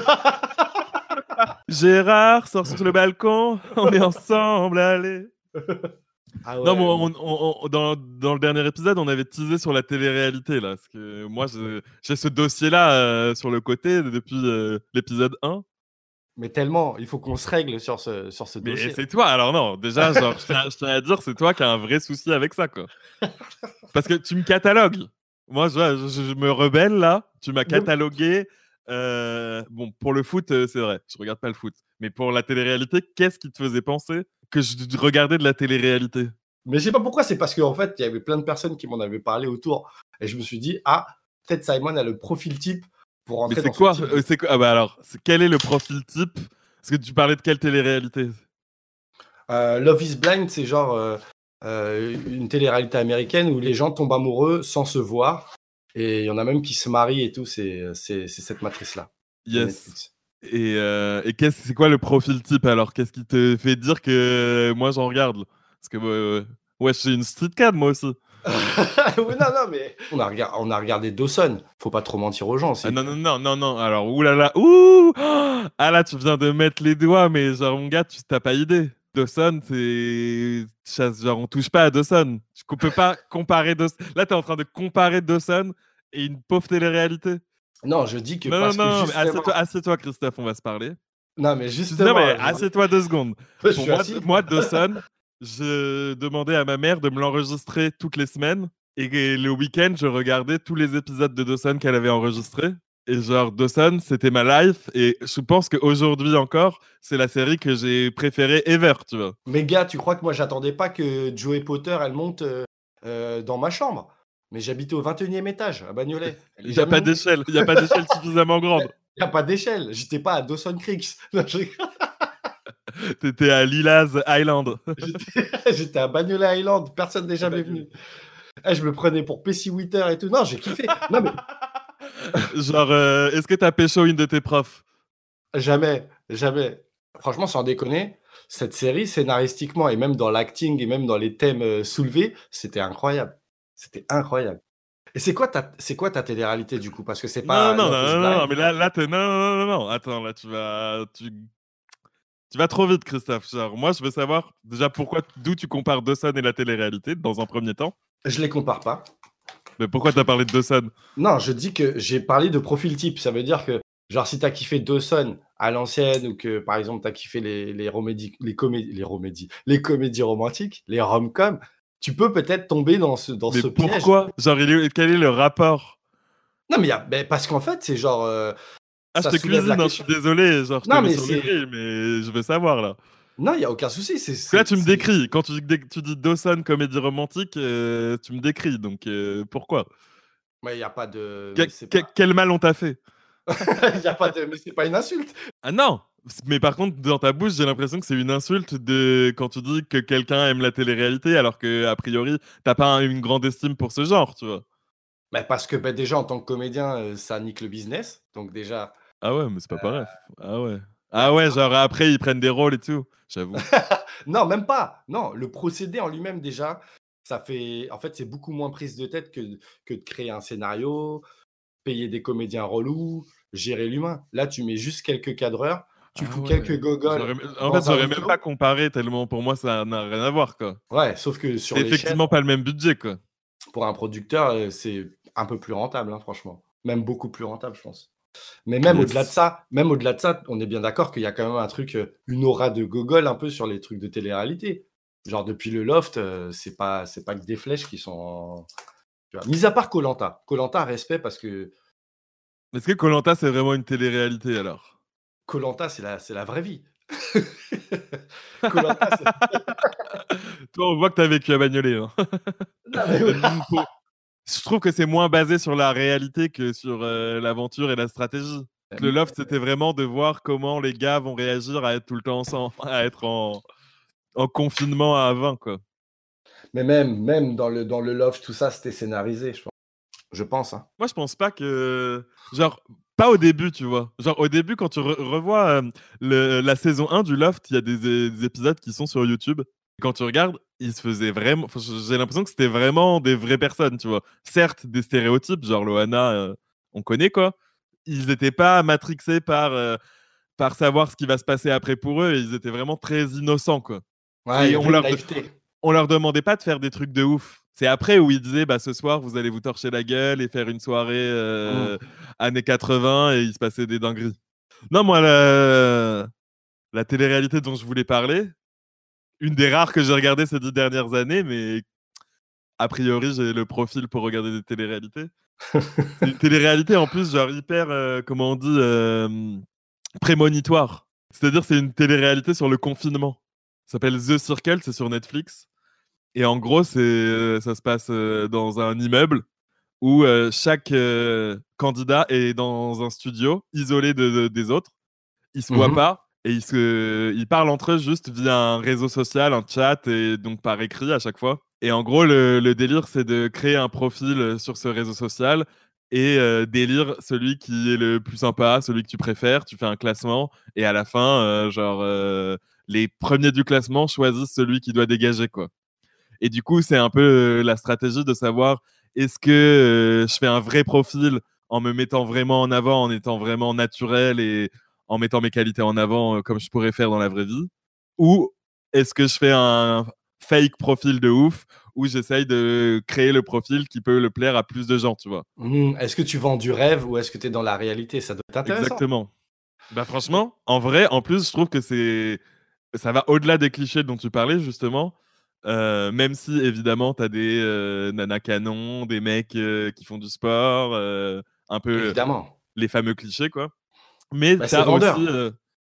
Gérard sort sur le balcon. On est ensemble, allez. Ah ouais. Non, mais on- on- on- dans, dans le dernier épisode, on avait teasé sur la télé-réalité, là. Parce que moi, je- j'ai ce dossier-là euh, sur le côté depuis euh, l'épisode un. Mais tellement, il faut qu'on se règle sur ce, sur ce Mais dossier. c'est toi, alors non, déjà, genre, je tiens, je tiens à dire, c'est toi qui as un vrai souci avec ça, quoi. Parce que tu me catalogues. Moi, je, je- je me rebelle, là. Tu m'as catalogué. euh, bon, pour le foot, euh, c'est vrai, je regarde pas le foot. Mais pour la télé-réalité, qu'est-ce qui te faisait penser que je d- regardais de la télé-réalité? Mais je sais pas pourquoi, c'est parce qu'en fait, il y avait plein de personnes qui m'en avaient parlé autour. Et je me suis dit, ah, peut-être Simon a le profil type pour Mais rentrer c'est dans quoi, ce type euh, de... c'est quoi- Ah bah alors, c'est- quel est le profil type? Parce que tu parlais de quelle télé-réalité? Euh, Love is Blind, c'est genre euh, euh, une télé-réalité américaine où les gens tombent amoureux sans se voir. Et il y en a même qui se marient et tout, c'est c'est- c'est cette matrice-là. de Yes. Netflix. Et, euh, et qu'est-ce, c'est quoi le profil type alors? Qu'est-ce qui te fait dire que moi j'en regarde? Parce que euh, ouais, je suis une street cad moi aussi. Oui, non, non, mais on a, regard- on a regardé Dawson. Faut pas trop mentir aux gens Ah aussi. non, non, non, non, non. Alors, oulala, ouh! Ah là, tu viens de mettre les doigts, mais genre, mon gars, tu t'as pas idée. Dawson, c'est. chasse- Genre, on touche pas à Dawson. On peut pas comparer Dawson. Là, t'es en train de comparer Dawson et une pauvre télé-réalité. Non, je dis que Non, non, parce que non, mais justement. assieds-toi, assieds-toi, Christophe, on va se parler. Non, mais Non, justement. mais je- assieds-toi deux secondes. je Pour suis moi, assis. moi, Dawson, je demandais à ma mère de me l'enregistrer toutes les semaines. Et le week-end, je regardais tous les épisodes de Dawson qu'elle avait enregistrés. Et genre, Dawson, c'était ma life. Et je pense qu'aujourd'hui encore, c'est la série que j'ai préférée ever, tu vois. Mais gars, tu crois que moi, j'attendais pas que Joey Potter, elle monte euh, euh, dans ma chambre? Mais j'habitais au vingt et unième étage, à Bagnolet. Elle est Il n'y a jamais pas montée. d'échelle. Il n'y a pas d'échelle suffisamment grande. Il n'y a pas d'échelle. J'étais pas à Dawson Creek. Non, je- T'étais à Lilas Island. J'étais j'étais à Bagnolet Island. Personne n'est jamais venu. Eh, je me prenais pour Pessy Witter et tout. Non, j'ai kiffé. Non, mais Genre, euh, est-ce que t'as pécho une de tes profs? jamais, jamais. Franchement, sans déconner, cette série, scénaristiquement, et même dans l'acting, et même dans les thèmes euh, soulevés, c'était incroyable. C'était incroyable. Et c'est quoi ta, c'est quoi ta télé-réalité, du coup? Parce que c'est Non, pas non, non, Love is non, non, non, Blind. mais là, là, t'es... Non, non, non, non, non. Attends, là, tu vas... Tu... tu vas trop vite, Christophe. Genre, moi, je veux savoir, déjà, pourquoi, d'où tu compares Dawson et la télé-réalité, dans un premier temps. Je les compare pas. Mais pourquoi t'as parlé de Dawson? Non, je dis que j'ai parlé de profil type. Ça veut dire que, genre, si t'as kiffé Dawson à l'ancienne, ou que, par exemple, t'as kiffé les, les, romédies, les, comédies, les, romédies, les comédies romantiques, les rom-coms, tu peux peut-être tomber dans ce, dans Mais ce piège. pourquoi? Genre, il est- quel est le rapport? Non, mais, y a, mais parce qu'en fait, c'est genre. euh, Ah, ça je te soulève cuisine, la hein, je suis question. désolé, genre, je Non, te mets mais sur le c'est. grill, mais je veux savoir, là. Non, il n'y a aucun souci. C'est, Parce que là, c'est, tu me c'est- décris. Quand tu, dis- tu dis Dawson, comédie romantique, euh, tu me décris. Donc, euh, pourquoi? Mais il n'y a pas de. Que- Mais c'est que- pas. Quel mal on t'a fait? Il y a pas de. Mais c'est pas une insulte. Ah non! Mais par contre, dans ta bouche, j'ai l'impression que c'est une insulte de quand tu dis que quelqu'un aime la télé-réalité, alors que a priori, t'as pas un- une grande estime pour ce genre, tu vois. Mais parce que bah, déjà, en tant que comédien, euh, ça nique le business. Donc, déjà. Ah ouais, mais c'est pas pareil. Ah ouais. bah, Ah ouais, genre après, ils prennent des rôles et tout. J'avoue. Non, même pas. Non, le procédé en lui-même, déjà, ça fait. En fait, c'est beaucoup moins prise de tête que, que de créer un scénario, payer des comédiens relous, gérer l'humain. Là, tu mets juste quelques cadreurs, tu Ah fous ouais. quelques gogoles. J'aurais- En dans fait, un j'aurais huis même clos. pas comparé tellement pour moi, ça n'a rien à voir, quoi. Ouais, sauf que sur C'est les chaînes, effectivement pas le même budget, quoi. pour un producteur, euh, c'est un peu plus rentable, hein, franchement. Même beaucoup plus rentable, je pense. Mais même Yes. au-delà de ça, même au-delà de ça, on est bien d'accord qu'il y a quand même un truc, euh, une aura de gogol un peu sur les trucs de télé-réalité. Genre depuis le loft, euh, c'est pas, c'est pas que des flèches qui sont. en- tu vois. Mis à part Colanta, Colanta respect parce que Est-ce que Colanta c'est vraiment une télé-réalité alors? Colanta c'est la, c'est la vraie vie. Colanta, Toi, on voit que t'as vécu à Bagnolet. Hein. Non, mais ouais. Pour- Je trouve que c'est moins basé sur la réalité que sur euh, l'aventure et la stratégie. Le loft, c'était vraiment de voir comment les gars vont réagir à être tout le temps ensemble, à être en, en confinement à vingt, quoi. Mais même, même dans le dans le loft, tout ça, c'était scénarisé, je pense. Je pense. Hein. Moi, je pense pas que. Genre, pas au début, tu vois. Genre, au début, quand tu re- revois euh, le- la saison un du Loft, il y a des, des épisodes qui sont sur YouTube. Quand tu regardes, ils se faisaient vraiment. enfin, j'ai l'impression que c'était vraiment des vraies personnes, tu vois. Certes, des stéréotypes, genre Loana, euh, on connaît quoi. Ils n'étaient pas matrixés par, euh, par savoir ce qui va se passer après pour eux. Ils étaient vraiment très innocents, quoi. Ouais, Et il y on avait une leur- naïveté. On leur demandait pas de faire des trucs de ouf. C'est après où ils disaient, bah, ce soir, vous allez vous torcher la gueule et faire une soirée euh, années quatre-vingts et il se passait des dingueries. Non, moi, la, la télé-réalité dont je voulais parler, une des rares que j'ai regardées ces dix dernières années, mais a priori, j'ai le profil pour regarder des télé-réalités. C'est une télé-réalité en plus, genre hyper, euh, comment on dit, euh, prémonitoire. C'est-à-dire, c'est une télé-réalité sur le confinement. Ça s'appelle The Circle, c'est sur Netflix. Et en gros, c'est, euh, ça se passe euh, dans un immeuble où euh, chaque euh, candidat est dans un studio, isolé de, de- des autres. Ils se voient Mhm. pas et ils, se, ils parlent entre eux juste via un réseau social, un chat et donc par écrit à chaque fois. Et en gros, le, le délire, c'est de créer un profil sur ce réseau social et euh, délire celui qui est le plus sympa, celui que tu préfères. Tu fais un classement et à la fin, euh, genre, euh, les premiers du classement choisissent celui qui doit dégager, quoi. Et du coup, c'est un peu euh, la stratégie de savoir est-ce que euh, je fais un vrai profil en me mettant vraiment en avant, en étant vraiment naturel et en mettant mes qualités en avant euh, comme je pourrais faire dans la vraie vie, ou est-ce que je fais un fake profil de ouf où j'essaye de créer le profil qui peut le plaire à plus de gens, tu vois. Mmh, est-ce que tu vends du rêve ou est-ce que tu es dans la réalité? Ça doit être intéressant. Exactement. Bah franchement, en vrai, en plus, je trouve que c'est ça va au-delà des clichés dont tu parlais justement. Euh, même si évidemment t'as des euh, nanas canons, des mecs euh, qui font du sport, euh, un peu Évidemment. les fameux clichés quoi. Mais Bah, c'est t'as aussi, vendeur. euh,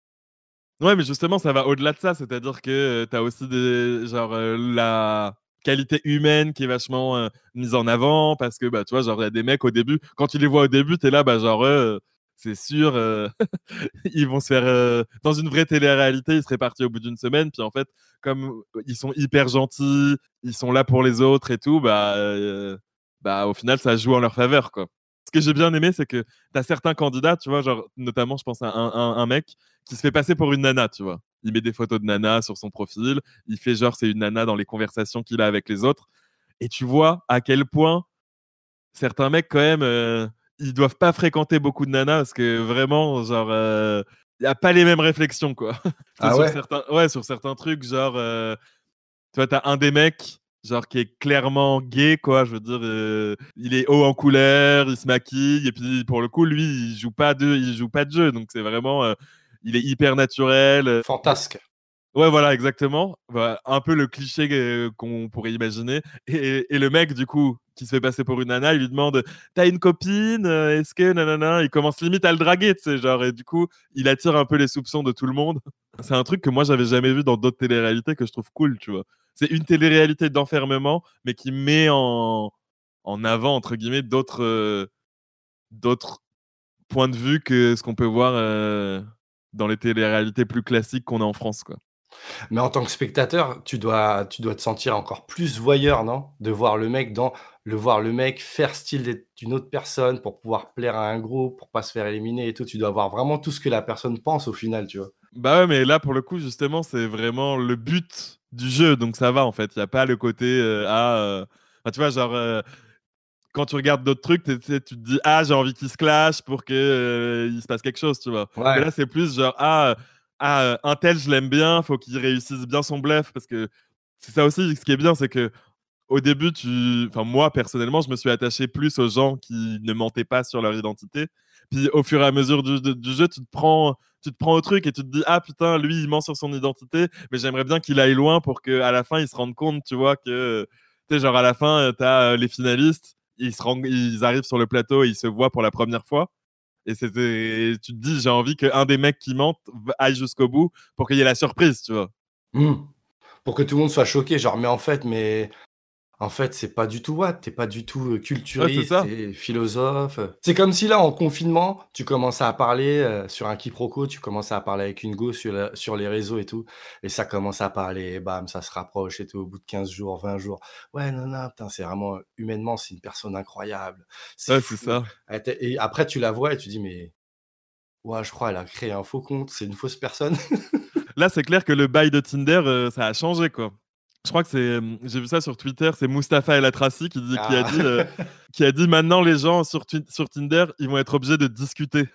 ouais, mais justement ça va au-delà de ça, c'est-à-dire que euh, t'as aussi des genre euh, la qualité humaine qui est vachement euh, mise en avant parce que bah tu vois genre il y a des mecs au début, quand tu les vois au début t'es là bah genre euh, c'est sûr euh, ils vont se faire euh, dans une vraie télé-réalité, ils seraient partis au bout d'une semaine, puis en fait comme ils sont hyper gentils, ils sont là pour les autres et tout, bah euh, bah au final ça joue en leur faveur quoi. Ce que j'ai bien aimé c'est que t'as certains candidats, tu vois, genre notamment je pense à un, un, un mec qui se fait passer pour une nana, tu vois. Il met des photos de nana sur son profil, il fait genre c'est une nana dans les conversations qu'il a avec les autres, et tu vois à quel point certains mecs quand même euh, ils doivent pas fréquenter beaucoup de nanas parce que vraiment genre euh, y a pas les mêmes réflexions quoi. C'est Ah sur ouais? certains ouais sur certains trucs genre euh, tu vois t'as un des mecs genre qui est clairement gay quoi, je veux dire euh, il est haut en couleur, il se maquille et puis pour le coup lui il joue pas de il joue pas de jeu donc c'est vraiment euh, il est hyper naturel. euh, Fantasque. Ouais, voilà, exactement. Voilà, un peu le cliché euh, qu'on pourrait imaginer. Et, et le mec, du coup, qui se fait passer pour une nana, il lui demande t'as une copine? euh, Est-ce que nanana? Il commence limite à le draguer, tu sais, genre, et du coup, il attire un peu les soupçons de tout le monde. C'est un truc que moi, j'avais jamais vu dans d'autres téléréalités que je trouve cool, tu vois. C'est une télé-réalité d'enfermement, mais qui met en, en avant, entre guillemets, d'autres euh, d'autres points de vue que ce qu'on peut voir euh, dans les téléréalités plus classiques qu'on a en France, quoi. Mais en tant que spectateur, tu dois tu dois te sentir encore plus voyeur, non? De voir le mec dans le voir le mec faire style d'être une autre personne pour pouvoir plaire à un groupe, pour pas se faire éliminer et tout. Tu dois voir vraiment tout ce que la personne pense au final, tu vois? Bah ouais, mais là, pour le coup, justement, c'est vraiment le but du jeu, donc ça va, en fait. Il n'y a pas le côté, euh, ah... euh, enfin, tu vois, genre, euh, quand tu regardes d'autres trucs, t'es- t'es- tu te dis, ah, j'ai envie qu'ils se clashent pour que, euh, il se passe quelque chose, tu vois. Mais Ouais. là, c'est plus genre, ah, euh, ah euh, un tel, je l'aime bien, faut qu'il réussisse bien son bluff, parce que c'est ça aussi, ce qui est bien, c'est que au début, tu... enfin, moi, personnellement, je me suis attaché plus aux gens qui ne mentaient pas sur leur identité. Puis au fur et à mesure du, du- du jeu, tu te prends, tu te prends au truc et tu te dis, ah putain, lui, il ment sur son identité, mais j'aimerais bien qu'il aille loin pour qu'à la fin, il se rende compte, tu vois, que, tu sais, genre à la fin, tu as les finalistes, ils, se rendent- ils arrivent sur le plateau et ils se voient pour la première fois. Et c'était, tu te dis, j'ai envie qu'un des mecs qui mentent aille jusqu'au bout pour qu'il y ait la surprise, tu vois. Mmh. Pour que tout le monde soit choqué, genre: «Mais en fait mais en fait, c'est pas du tout what, tu pas du tout, heu, Ouais, c'est culturiste ça. et philosophe, heu». C'est comme si là, en confinement, tu commençais à parler, heu, sur un quiproquo, tu commençais à parler avec une go sur la sur les réseaux et tout et ça commence à parler et bam, ça se rapproche et tout au bout de quinze jours, vingt jours. «Ouais, non, non, putain, c'est vraiment humainement, c'est une personne incroyable, c'est Ouais, c'est fou». ça. Elle était et après tu la vois et tu dis: «Mais ouah, je crois elle a créé un faux compte, c'est une fausse personne». Là, c'est clair que le bail de Tinder, euh, ça a changé, quoi. Je crois que c'est, euh, j'ai vu ça sur Twitter, c'est Mustapha El Atrassi qui, dit, qui a Ah. dit, euh, qui a dit maintenant les gens sur, Twi- sur Tinder, ils vont être obligés de discuter.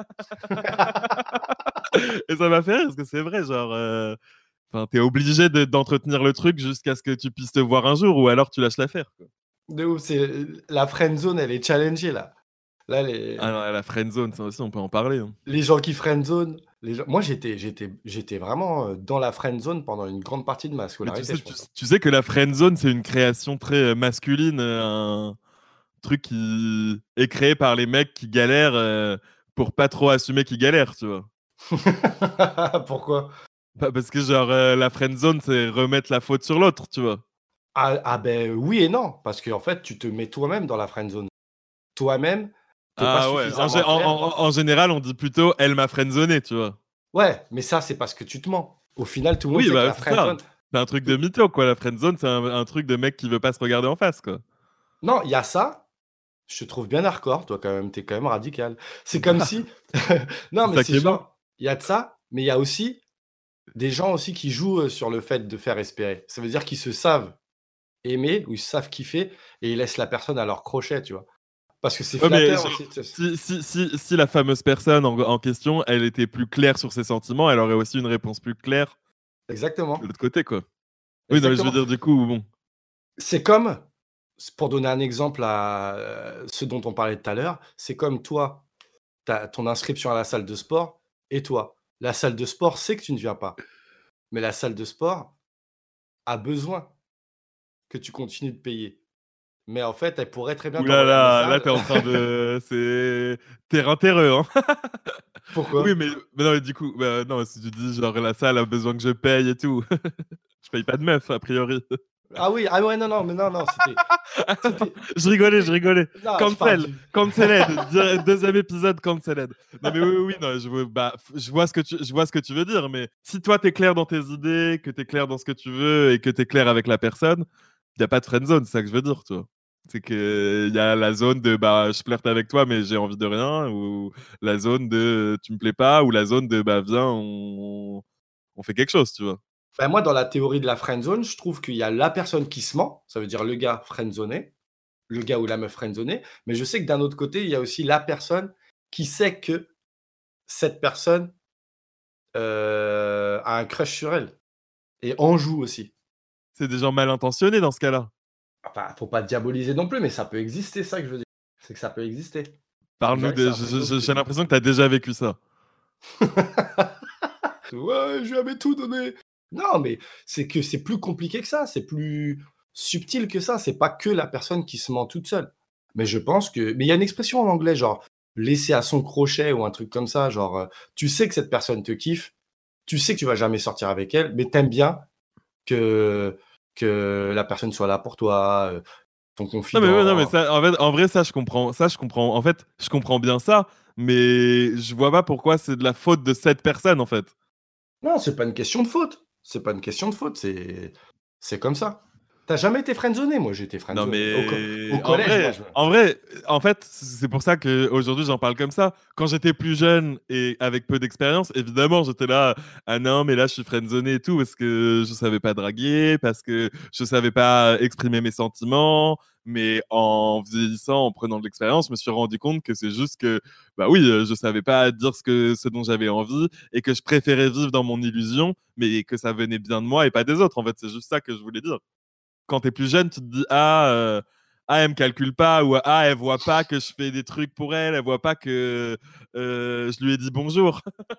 Et ça m'a fait rire parce que c'est vrai, genre, euh, enfin, t'es obligé de- d'entretenir le truc jusqu'à ce que tu puisses te voir un jour, ou alors tu lâches l'affaire, quoi. De ouf, c'est la friend zone, elle est challengée là. Là, Ah les non, la friendzone, ça aussi, on peut en parler, hein. les gens qui friend zone, les gens moi j'étais j'étais j'étais vraiment, heu, dans la friend zone pendant une grande partie de ma Mais tu scolarité, sais, je tu, pense, hein. tu sais que la friendzone, c'est une création très euh, masculine, euh, un truc qui est créé par les mecs qui galèrent euh, pour pas trop assumer qu'ils galèrent, tu vois. Pourquoi? Bah, parce que genre euh, la friendzone, c'est remettre la faute sur l'autre, tu vois. Ah ah beh, oui et non, parce qu'en fait, tu te mets toi-même dans la friend zone. Toi-même, tu es pas Ah ouais, en, gé- suffisamment en- clair. en- en général, on dit plutôt elle m'a friendzoné, tu vois. Ouais, mais ça, c'est parce que tu te mens. Au final, tout le monde Oui, sait que bah la c'est friend ça. zone C'est un truc de tout mytho, quoi. La friendzone, c'est un, un truc de mec qui veut pas se regarder en face, quoi. non, il y a ça, Je te trouve bien hardcore, toi, quand même. Tu es quand même radical. C'est comme si non, C'est mais ça c'est qui est bon. genre, il y a de ça, mais il y a aussi des gens aussi qui jouent, heu, sur le fait de faire espérer. Ça veut dire qu'ils se savent aimer ou ils savent kiffer et ils laissent la personne à leur crochet, tu vois? Parce que c'est Ouais, mais flatteur genre, aussi de se si si si si la fameuse personne en en question, elle était plus claire sur ses sentiments, elle aurait aussi une réponse plus claire de exactement, l'autre côté, quoi. Oui, non, mais je veux exactement. dire, du coup, bon. C'est comme, s pour donner un exemple à, heu, ce dont on parlait tout à l'heure, c'est comme toi, tu as ton inscription à la salle de sport et toi. La salle de sport sait que tu ne viens pas, mais la salle de sport a besoin que tu continues de payer. Mais en fait, elle pourrait très bien Ouh là t'envoyer un là, là, message. tu es en train de c'est terrain terreux, hein. Oui, Pourquoi? mais mais non, mais du coup, bah, non, si tu dis genre la salle a besoin que je paye et tout, je paye pas de meuf a priori. Ah oui, ah ouais, non, non, mais non, non, c'était c'était Je rigolais, je c'était rigolais. non, je parle Cancel, du canceled, deux deuxième épisode canceled. Non mais oui, oui, oui, non, je vois, bah, f je vois ce que tu je vois ce que tu veux dire, mais si toi tu es clair dans tes idées, que tu es clair dans ce que tu veux et que tu es clair avec la personne, il y a pas de friend zone, c'est ça que je veux dire, tu vois? C'est qu'il y a la zone de, bah, je flirte avec toi mais j'ai envie de rien ou la zone de, tu me plais pas ou la zone de, bah, viens, on on fait quelque chose, tu vois? bah, moi, dans la théorie de la friend zone, je trouve qu'il y a la personne qui se ment, ça veut dire le gars friendzoné, le gars ou la meuf friendzoné, mais je sais que d'un autre côté, il y a aussi la personne qui sait que cette personne, heu, a un crush sur elle et en joue aussi. C'est des gens mal intentionnés dans ce cas-là. Enfin, faut pas diaboliser non plus, mais ça peut exister, c'est ça que je veux dire. C'est que ça peut exister. On Parle-nous dirait que c'est de un je peu je je ghosté. j'ai l'impression que tu as déjà vécu ça. Ouais, je lui avais tout donné. Non, mais c'est que c'est plus compliqué que ça, c'est plus subtil que ça. C'est pas que la personne qui se ment toute seule. Mais je pense que mais il y a une expression en anglais, genre laisser à son crochet ou un truc comme ça, genre, heu, tu sais que cette personne te kiffe, tu sais que tu vas jamais sortir avec elle, mais t'aimes bien que que la personne soit là pour toi, heu, ton Non mais ouais, non mais confident. ça en fait, en vrai ça je comprends ça je comprends. En fait, je comprends bien ça, mais je vois pas pourquoi c'est de la faute de cette personne, en fait. Non, c'est pas une question de faute. C'est pas une question de faute, c'est c'est comme ça. Tu as jamais été friendzoné? Moi, j'ai été Non friendzoné. Au co au mais en collège, moi, vrai je en vrai, en fait, c'est pour ça qu'aujourd'hui j'en parle comme ça. Quand j'étais plus jeune et avec peu d'expérience, évidemment, j'étais là: «Ah non, mais là je suis friendzoné et tout» parce que je savais pas draguer, parce que je savais pas exprimer mes sentiments. Mais en vieillissant, en prenant de l'expérience, je me suis rendu compte que c'est juste que, bah oui, heu, je savais pas dire ce que ce dont j'avais envie et que je préférais vivre dans mon illusion, mais que ça venait bien de moi et pas des autres, en fait. C'est juste ça que je voulais dire. Quand tu es plus jeune, tu te dis: «Ah, heu, ah elle me calcule pas» ou «Ah elle voit pas que je fais des trucs pour elle, elle voit pas que, heu, je lui ai dit bonjour»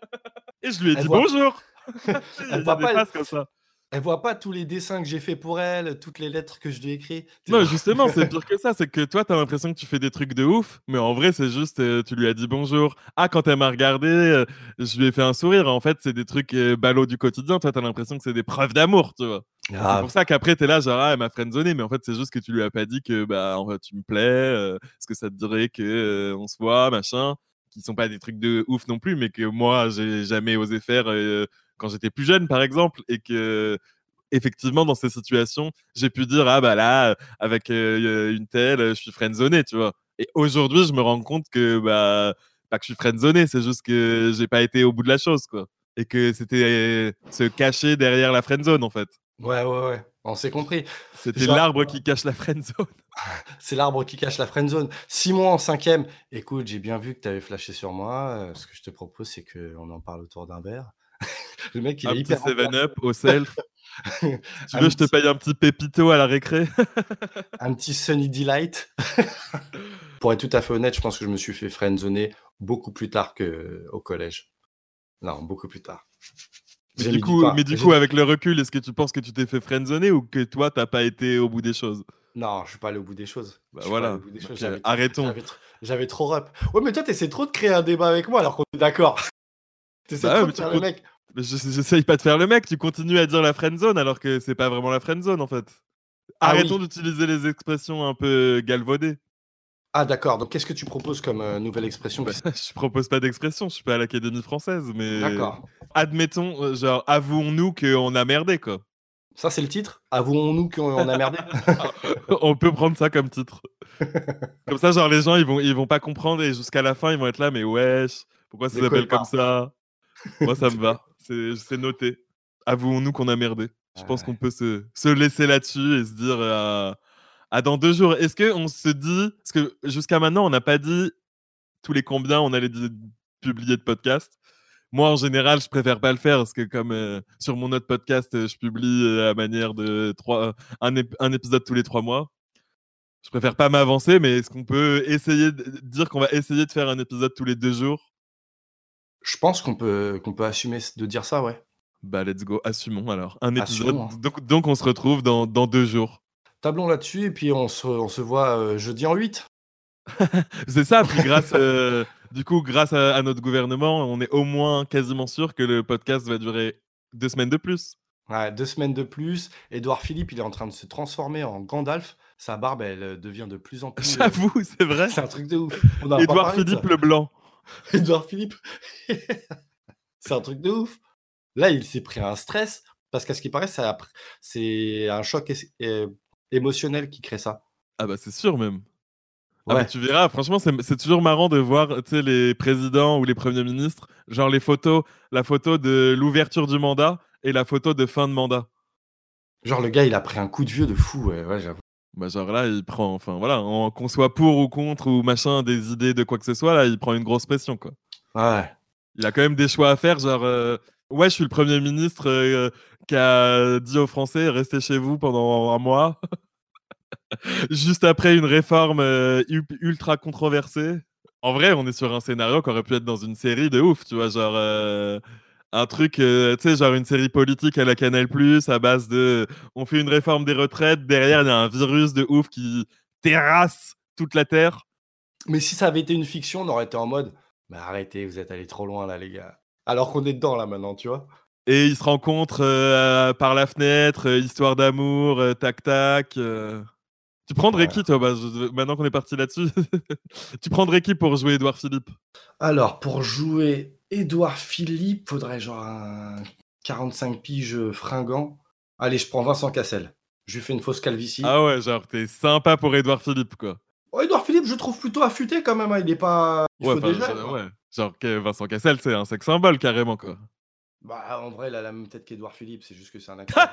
et je lui ai Elle dit voit bonjour! Il y a elle il y a voit des pas l phases comme ça. elle voit pas tous les dessins que j'ai fait pour elle, toutes les lettres que je lui ai écrit. Tu es Non, genre justement, c'est pire que ça. C'est que toi, tu as l'impression que tu fais des trucs de ouf, mais en vrai, c'est juste, heu, tu lui as dit bonjour. Ah, quand elle m'a regardé, heu, je lui ai fait un sourire. En fait, c'est des trucs, heu, ballots du quotidien. Toi, tu as l'impression que c'est des preuves d'amour, tu vois? Et c'est pour grave. ça qu'après, tu es là, genre: «Ah, elle m'a friendzoné», mais en fait, c'est juste que tu lui as pas dit que, bah, en fait, tu me plais, heu, est-ce que ça te dirait que, heu, on se voit, machin? Qui sont pas des trucs de ouf non plus, mais que moi, j'ai jamais osé faire, heu, quand j'étais plus jeune, par exemple, et que effectivement, dans ces situations, j'ai pu dire: «Ah bah là, heu, avec, heu, une telle, heu, je suis friendzoné», tu vois? Et aujourd'hui, je me rends compte que, bah, pas que je suis friendzoné, c'est juste que j'ai pas été au bout de la chose, quoi. Et que c'était se cacher derrière la friendzone, en fait. Ouais, ouais, ouais, on s'est compris. C'était Genre, l'arbre qui cache la friendzone. c'est l'arbre qui cache la friendzone. six mois en cinquième. «Écoute, j'ai bien vu que tu avais flashé sur moi, heu, ce que je te propose, c'est qu'on en parle autour d'un verre». Le mec, il Un est petit hyper seven angoissé. up au self. Si tu veux, Un je te petit paye un petit pépito à la récré. un petit Sunny Delight. Pour être tout à fait honnête, je pense que je me suis fait friendzoner beaucoup plus tard qu'au collège. Non, beaucoup plus tard. Mais J'ai du mis du coup temps mais du j'ai coup, avec le recul, est-ce que tu penses que tu t'es fait friendzoner ou que toi, tu as pas été au bout des choses? non, je suis pas allé au bout des choses. Bah, Je suis pas allé au voilà, bout des choses. donc heu, J'avais tr arrêtons. j'avais tr j'avais trop rep. Ouais, mais toi, tu essaies trop de créer un débat avec moi alors qu'on est d'accord. Tu essaies Bah ouais, trop mais de tu faire le con mec. mais j'essa j'essaye pas de faire le mec, tu continues à dire la friendzone alors que c'est pas vraiment la friendzone, en fait. Ah Arrêtons oui. d'utiliser les expressions un peu galvaudées. Ah d'accord, donc qu'est-ce que tu proposes comme, heu, nouvelle expression Bah, qui s je propose pas d'expression, je suis pas à l'Académie française, mais d'accord. admettons, heu, genre, avouons-nous qu'on a merdé, quoi. Ça, c'est le titre? Avouons-nous qu'on a merdé? On peut prendre ça comme titre. Comme ça, genre, les gens, ils vont, ils vont pas comprendre et jusqu'à la fin, ils vont être là, mais wesh, pourquoi ça De quoi s'appelle il comme parle? ça? Moi, ça me va. C'est, c'est noté. Avouons-nous qu'on a merdé. Je pense Ouais. qu'on peut se, se laisser là-dessus et se dire euh, à dans deux jours. Est-ce qu'on se dit, parce que jusqu'à maintenant, on n'a pas dit tous les combien on allait di- publier de podcasts. Moi, en général, je préfère pas le faire parce que comme euh, sur mon autre podcast, euh, je publie euh, à manière de trois, un, ép- un épisode tous les trois mois. Je préfère pas m'avancer, mais est-ce qu'on peut essayer de dire qu'on va essayer de faire un épisode tous les deux jours? Je pense qu'on peut, qu'on peut assumer de dire ça, ouais. Bah, let's go, assumons alors. Un épisode, Assumons, hein. donc, donc on se retrouve dans, dans deux jours. Tablons là-dessus et puis on se, on se voit euh, jeudi en huit. C'est ça, puis grâce, euh, du coup, grâce à, à notre gouvernement, on est au moins quasiment sûr que le podcast va durer deux semaines de plus. Ouais, deux semaines de plus. Édouard Philippe, il est en train de se transformer en Gandalf. Sa barbe, elle euh, devient de plus en plus. euh, J'avoue, c'est vrai. C'est un truc de ouf. On n'a pas Édouard parlé de ça. Philippe le Blanc. Édouard Philippe. C'est un truc de ouf. Là, il s'est pris un stress parce qu'à ce qui paraît, ça a pr- c'est un choc é- é- émotionnel qui crée ça. Ah bah c'est sûr même. Ah mais Ouais. tu verras, franchement, c'est c'est toujours marrant de voir, tu sais, les présidents ou les premiers ministres, genre les photos, la photo de l'ouverture du mandat et la photo de fin de mandat. Genre, le gars, il a pris un coup de vieux de fou. Ouais, ouais, j'avoue. Bah genre là, il prend, enfin voilà, en- qu'on soit pour ou contre ou machin, des idées de quoi que ce soit, là, il prend une grosse pression, quoi. Ouais. Il a quand même des choix à faire, genre, euh, ouais, je suis le premier ministre euh, qui a dit aux Français, restez chez vous pendant un mois, juste après une réforme euh, u- ultra controversée. En vrai, on est sur un scénario qui aurait pu être dans une série de ouf, tu vois, genre euh, un truc, euh, tu sais, genre une série politique à la Canal+, à base de, on fait une réforme des retraites, derrière il y a un virus de ouf qui terrasse toute la Terre. Mais si ça avait été une fiction, on aurait été en mode, mais arrêtez, vous êtes allés trop loin là, les gars. Alors qu'on est dedans là maintenant, tu vois. Et ils se rencontrent euh, par la fenêtre, euh, histoire d'amour, euh, tac tac. euh. Tu prendrais Ouais. qui, toi bah, je- Maintenant qu'on est parti là-dessus, tu prendrais qui pour jouer Édouard Philippe? Alors, pour jouer Édouard Philippe, faudrait genre un quarante-cinq piges fringant. Allez, je prends Vincent Cassel. Je lui fais une fausse calvitie. Ah ouais, genre t'es sympa pour Édouard Philippe, quoi. Oh, Édouard Philippe, je le trouve plutôt affûté quand même. Hein. Il est pas. Il Ouais, faut enfin, déjà. genre, ouais. Genre que Vincent Cassel, c'est un sex symbole carrément, quoi. Bah, en vrai, il a la même tête qu'Édouard Philippe, c'est juste que c'est un acteur.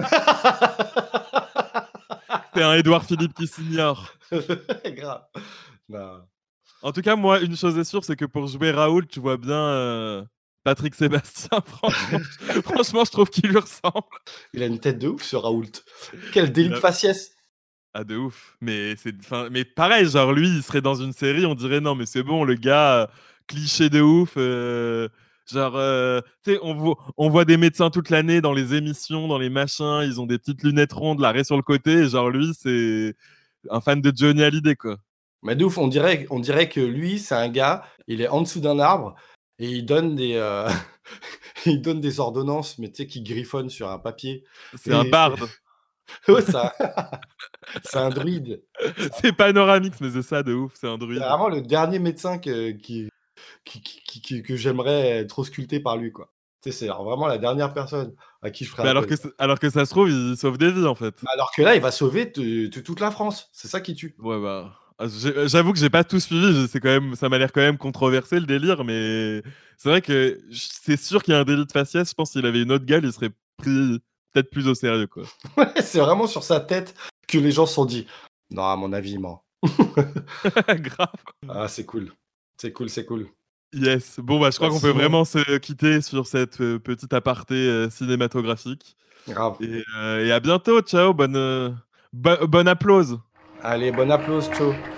T'es un Édouard Philippe qui s'ignore. Grave. Bah, En tout cas, moi, une chose est sûre, c'est que pour jouer Raoul, tu vois bien euh, Patrick Sébastien. Franchement, franchement, je trouve qu'il lui ressemble. il a une tête de ouf, ce Raoult. Quel délit Il de a- faciès. Ah, de ouf. Mais, c'est, enfin, mais pareil, genre lui, il serait dans une série, on dirait non, mais c'est bon, le gars, euh, cliché de ouf. euh, genre, euh, tu sais, on voit, on voit des médecins toute l'année dans les émissions, dans les machins, ils ont des petites lunettes rondes, l'arrêt sur le côté. Et genre, lui, c'est un fan de Johnny Hallyday, quoi. Mais de ouf, on dirait, on dirait que lui, c'est un gars, il est en dessous d'un arbre et il donne des, euh, il donne des ordonnances, mais tu sais, qui griffonnent sur un papier. C'est Et un c'est- barde. Ouais, ça. C'est un druide. C'est Panoramix, mais c'est ça de ouf, c'est un C'est druide. vraiment le dernier médecin que, qui, qui, qui- qui- qui- que j'aimerais être ausculté par lui, quoi. Tu sais, c'est vraiment la dernière personne à qui je ferais Mais un alors, appel. que, c'est- alors que ça se trouve, il sauve des vies, en fait. Alors que là, il va sauver te- te- toute la France. C'est ça qui tue. Ouais, bah. ah, j'ai- J'avoue que j'ai pas tout suivi, je- c'est quand même, ça m'a l'air quand même controversé le délire, mais c'est vrai que j- c'est sûr qu'il y a un délit de faciès. Je pense qu'il avait une autre gueule, il serait pris peut-être plus au sérieux, quoi. Ouais, c'est vraiment sur sa tête que les gens se sont dit non, à mon avis, il ment. Grave. Ah, c'est cool. C'est cool, c'est cool. Yes. Bon, bah, je crois Bah, qu'on peut sinon- vraiment se quitter sur cette euh, petite aparté euh, cinématographique. Grave. Et, euh, et à bientôt. Ciao. Bonne, euh, bo- bonne applause. Allez, bon applause, ciao.